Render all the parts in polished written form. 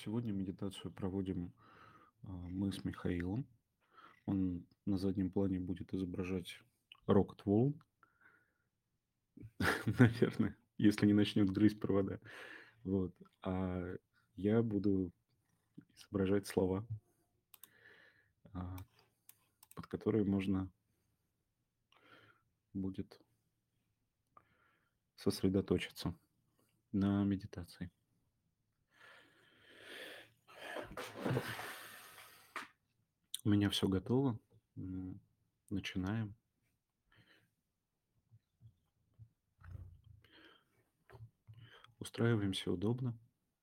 Сегодня медитацию проводим мы с Михаилом. Он на заднем плане будет изображать рокот волн, наверное, если не начнет грызть провода. Вот. А я буду изображать слова, а, под которые можно будет сосредоточиться на медитации. У меня все готово. Начинаем. Устраиваемся удобно.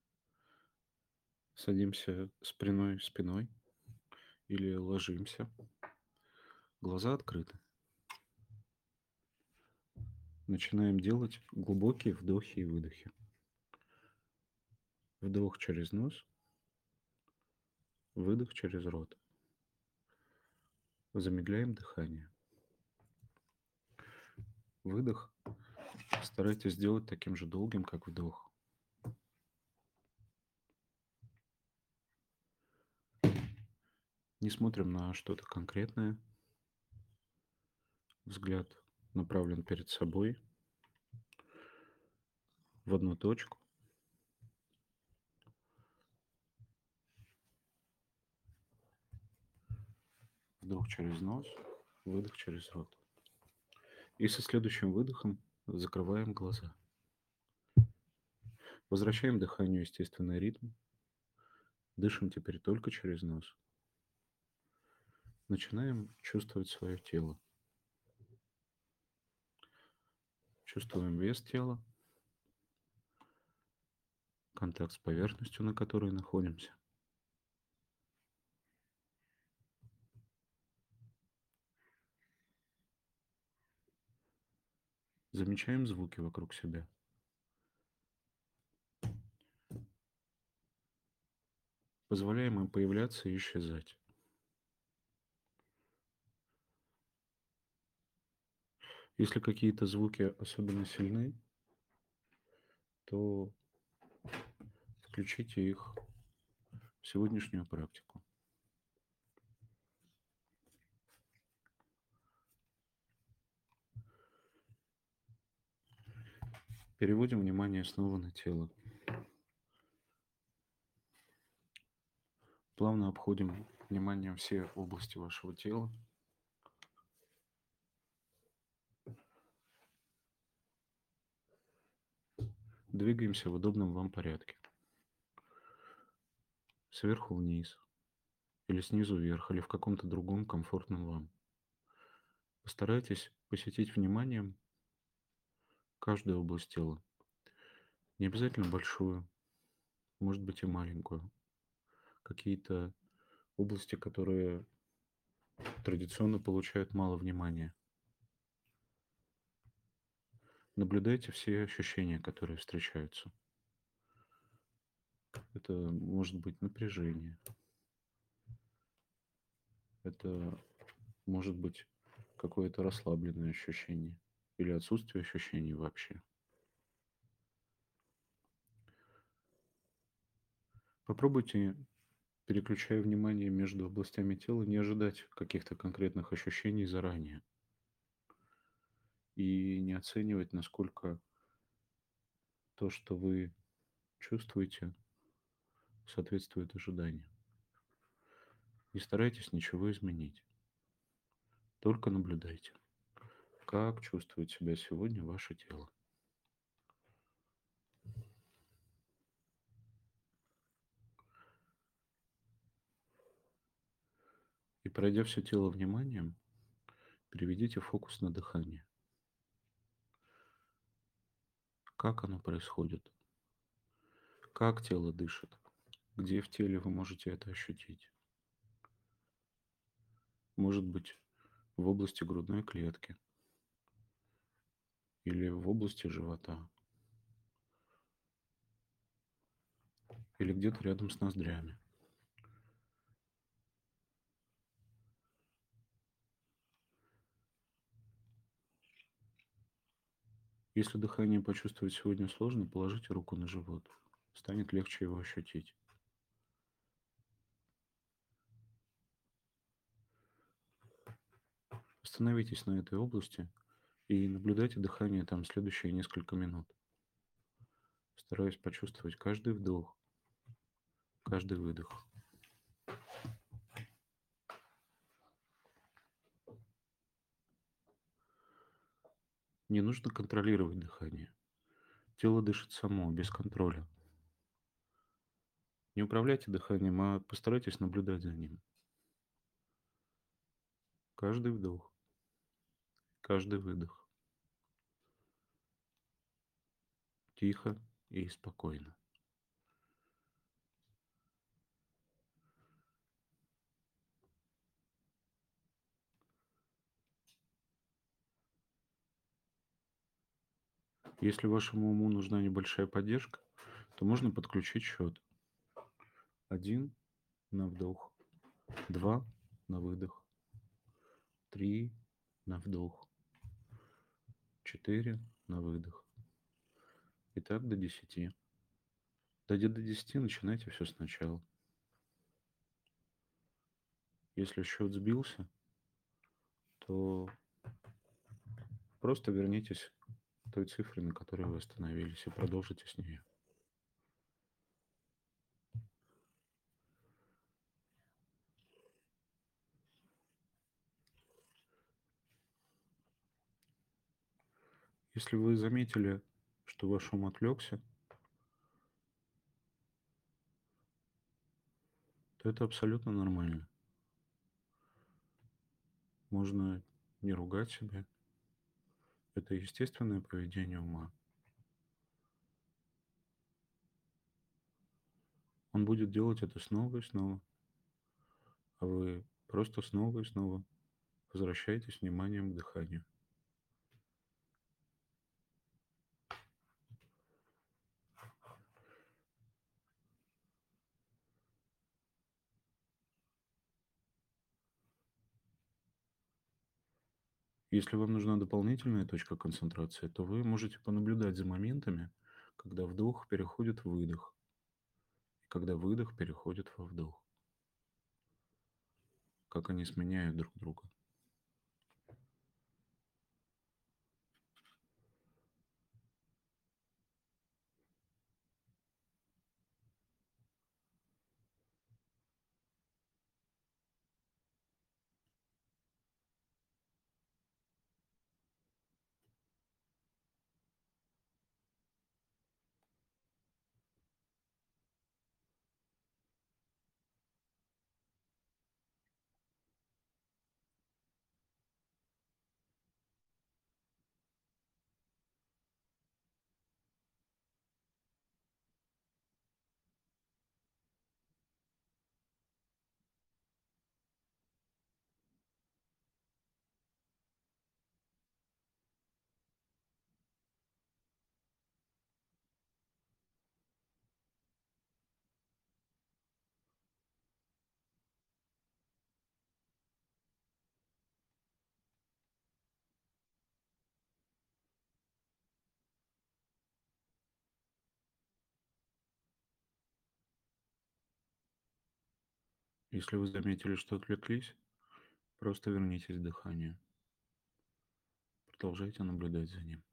Садимся с прямой спиной или ложимся. Глаза открыты. Начинаем делать глубокие вдохи и выдохи. Вдох через нос, выдох через рот. Замедляем дыхание. Выдох старайтесь сделать таким же долгим, как вдох. Не смотрим на что-то конкретное. Взгляд направлен перед собой в одну точку. Вдох через нос, выдох через рот. И со следующим выдохом закрываем глаза. Возвращаем дыханию естественный ритм. Дышим теперь только через нос. Начинаем чувствовать свое тело. Чувствуем вес тела, контакт с поверхностью, на которой находимся. Замечаем звуки вокруг себя. Позволяем им появляться и исчезать. Если какие-то звуки особенно сильны, то включите их в сегодняшнюю практику. Переводим внимание снова на тело. Плавно обходим вниманием все области вашего тела. Двигаемся в удобном вам порядке. Сверху вниз, или снизу вверх, или в каком-то другом комфортном вам. Постарайтесь посетить вниманием каждую область тела. Не обязательно большую, может быть и маленькую. Какие-то области, которые традиционно получают мало внимания. Наблюдайте все ощущения, которые встречаются. Это может быть напряжение. Это может быть какое-то расслабленное ощущение или отсутствие ощущений вообще. Попробуйте, переключая внимание между областями тела, не ожидать каких-то конкретных ощущений заранее и не оценивать, насколько то, что вы чувствуете, соответствует ожиданию. Не старайтесь ничего изменить, только наблюдайте, как чувствует себя сегодня ваше тело. И пройдя все тело вниманием, переведите фокус на дыхание. Как оно происходит? Как тело дышит? Где в теле вы можете это ощутить? Может быть, в области грудной клетки или в области живота, или где-то рядом с ноздрями. Если дыхание почувствовать сегодня сложно, положите руку на живот. Станет легче его ощутить. Остановитесь на этой области и наблюдайте дыхание там следующие несколько минут, стараясь почувствовать каждый вдох, каждый выдох. Не нужно контролировать дыхание. Тело дышит само, без контроля. Не управляйте дыханием, а постарайтесь наблюдать за ним. Каждый вдох, каждый выдох. Тихо и спокойно. Если вашему уму нужна небольшая поддержка, то можно подключить счет. Один на вдох, два на выдох, три на вдох, четыре на выдох. И так до 10. Дойдя до 10, начинайте все сначала. Если счет сбился, то просто вернитесь к той цифре, на которой вы остановились, и продолжите с нее. Если вы заметили, что ваш ум отвлекся, то это абсолютно нормально. Можно не ругать себя. Это естественное поведение ума. Он будет делать это снова и снова, а вы просто снова и снова возвращаетесь вниманием к дыханию. Если вам нужна дополнительная точка концентрации, то вы можете понаблюдать за моментами, когда вдох переходит в выдох, и когда выдох переходит во вдох, как они сменяют друг друга. Если вы заметили, что отвлеклись, просто вернитесь к дыханию. Продолжайте наблюдать за ним.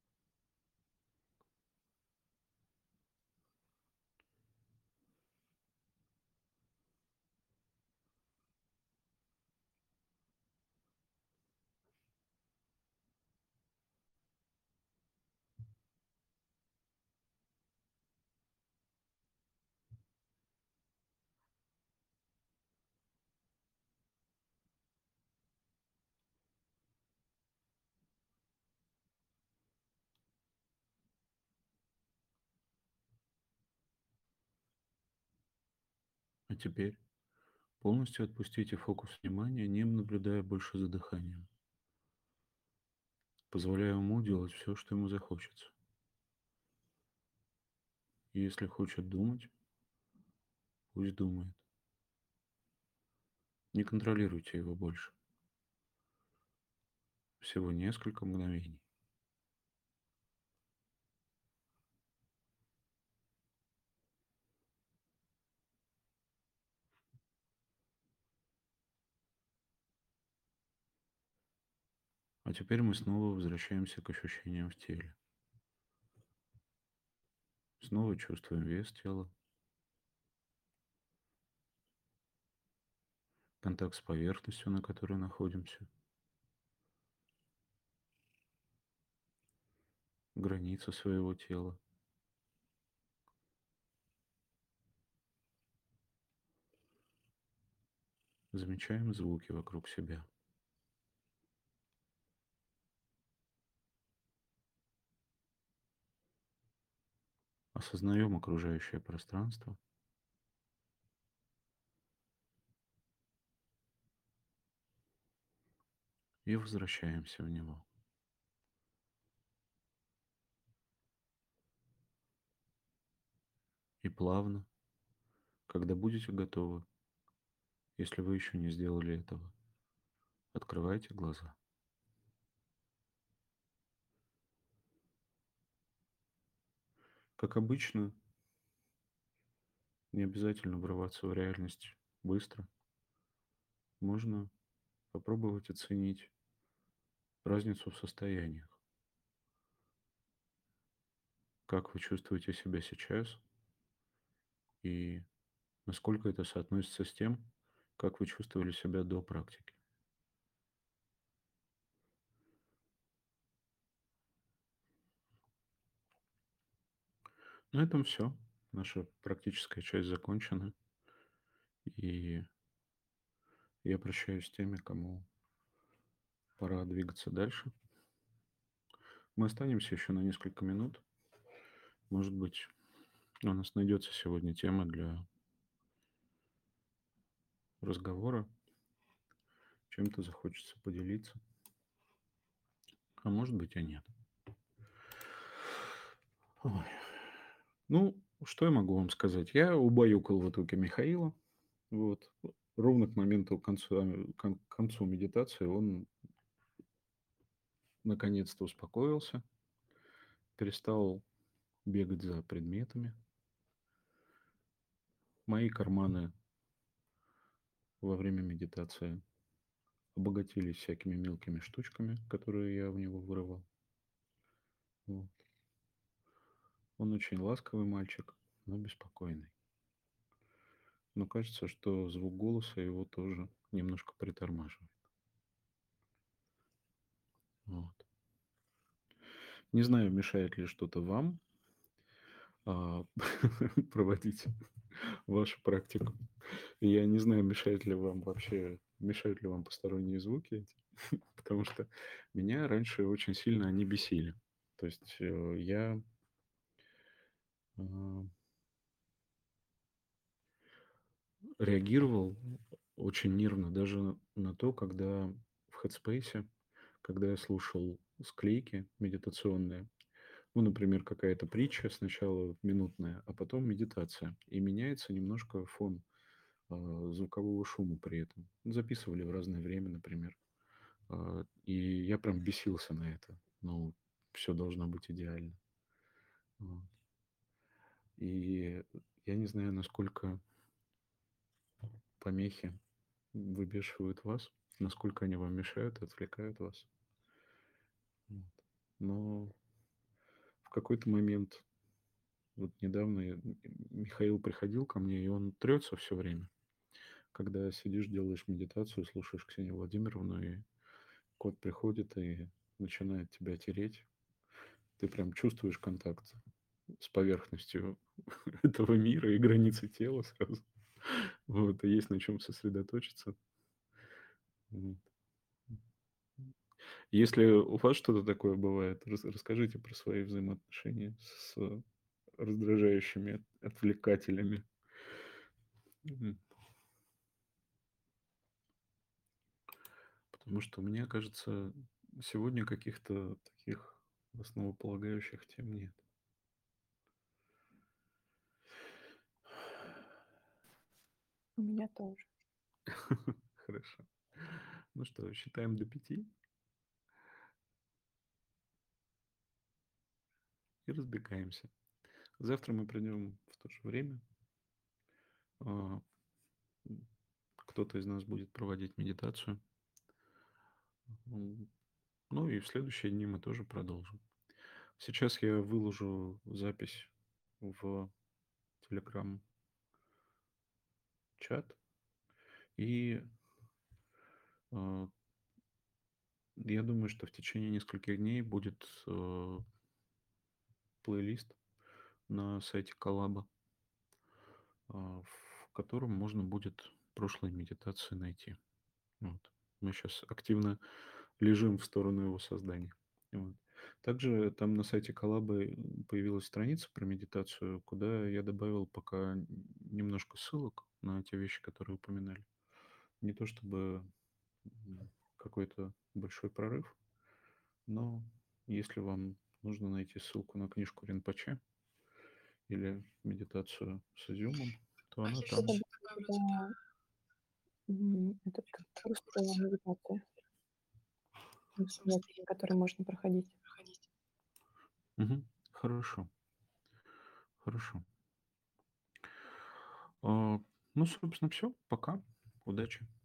А теперь полностью отпустите фокус внимания, не наблюдая больше за дыханием, позволяя уму делать все, что ему захочется. И если хочет думать, пусть думает. Не контролируйте его больше. Всего несколько мгновений. А теперь мы снова возвращаемся к ощущениям в теле. Снова чувствуем вес тела, контакт с поверхностью, на которой находимся, границы своего тела. Замечаем звуки вокруг себя. Осознаем окружающее пространство и возвращаемся в него. И плавно, когда будете готовы, если вы еще не сделали этого, открывайте глаза. Как обычно, не обязательно врываться в реальность быстро. Можно попробовать оценить разницу в состояниях. Как вы чувствуете себя сейчас и насколько это соотносится с тем, как вы чувствовали себя до практики. На этом все. Наша практическая часть закончена. И я прощаюсь с теми, кому пора двигаться дальше. Мы останемся еще на несколько минут. Может быть, у нас найдется сегодня тема для разговора, чем-то захочется поделиться, а может быть и нет. Ой. Ну, что я могу вам сказать? Я убаюкал в итоге Михаила. Вот. Ровно к моменту к концу медитации он наконец-то успокоился, перестал бегать за предметами. Мои карманы во время медитации обогатились всякими мелкими штучками, которые я в него вырывал. Вот. Он очень ласковый мальчик, но беспокойный. Но кажется, что звук голоса его тоже немножко притормаживает. Вот. Не знаю, мешает ли что-то вам а, проводить вашу практику. Я не знаю, мешают ли вам посторонние звуки эти, потому что меня раньше очень сильно они бесили. То есть я а, реагировал очень нервно даже на то, когда в Headspace, когда я слушал склейки медитационные, ну, например, какая-то притча сначала минутная, а потом медитация, и меняется немножко фон звукового шума при этом. Записывали в разное время, например. И я прям бесился на это. Ну, все должно быть идеально. Вот. И я не знаю, насколько помехи выбешивают вас, насколько они вам мешают и отвлекают вас. Вот. Но в какой-то момент, вот недавно Михаил приходил ко мне, и он трется все время. Когда сидишь, делаешь медитацию, слушаешь Ксению Владимировну, и кот приходит и начинает тебя тереть, ты прям чувствуешь контакт с поверхностью этого мира и границы тела сразу. Вот, и есть на чем сосредоточиться. Вот. Если у вас что-то такое бывает, расскажите про свои взаимоотношения с раздражающими отвлекателями. Мгм. Потому что мне кажется, сегодня каких-то таких основополагающих тем нет. У меня тоже. Хорошо. Ну что, считаем до 5 и разбегаемся. Завтра мы придем в то же время. А, Кто-то из нас будет проводить медитацию. Ну и в следующие дни мы тоже продолжим. Сейчас я выложу запись в Telegram-чат, и а, я думаю, что в течение нескольких дней будет плейлист на сайте Коллаба, в котором можно будет прошлые медитации найти. Вот. Мы сейчас активно лежим в сторону его создания. Вот. Также там на сайте Коллабы появилась страница про медитацию, куда я добавил пока немножко ссылок на те вещи, которые упоминали. Не то чтобы какой-то большой прорыв, но если вам нужно найти ссылку на книжку Ринпоче или медитацию с изюмом, то она Это, там. этот курс по медитации самостоятельный, который можно проходить. Мгм. Хорошо, хорошо. Ну, собственно, все. Пока. Удачи.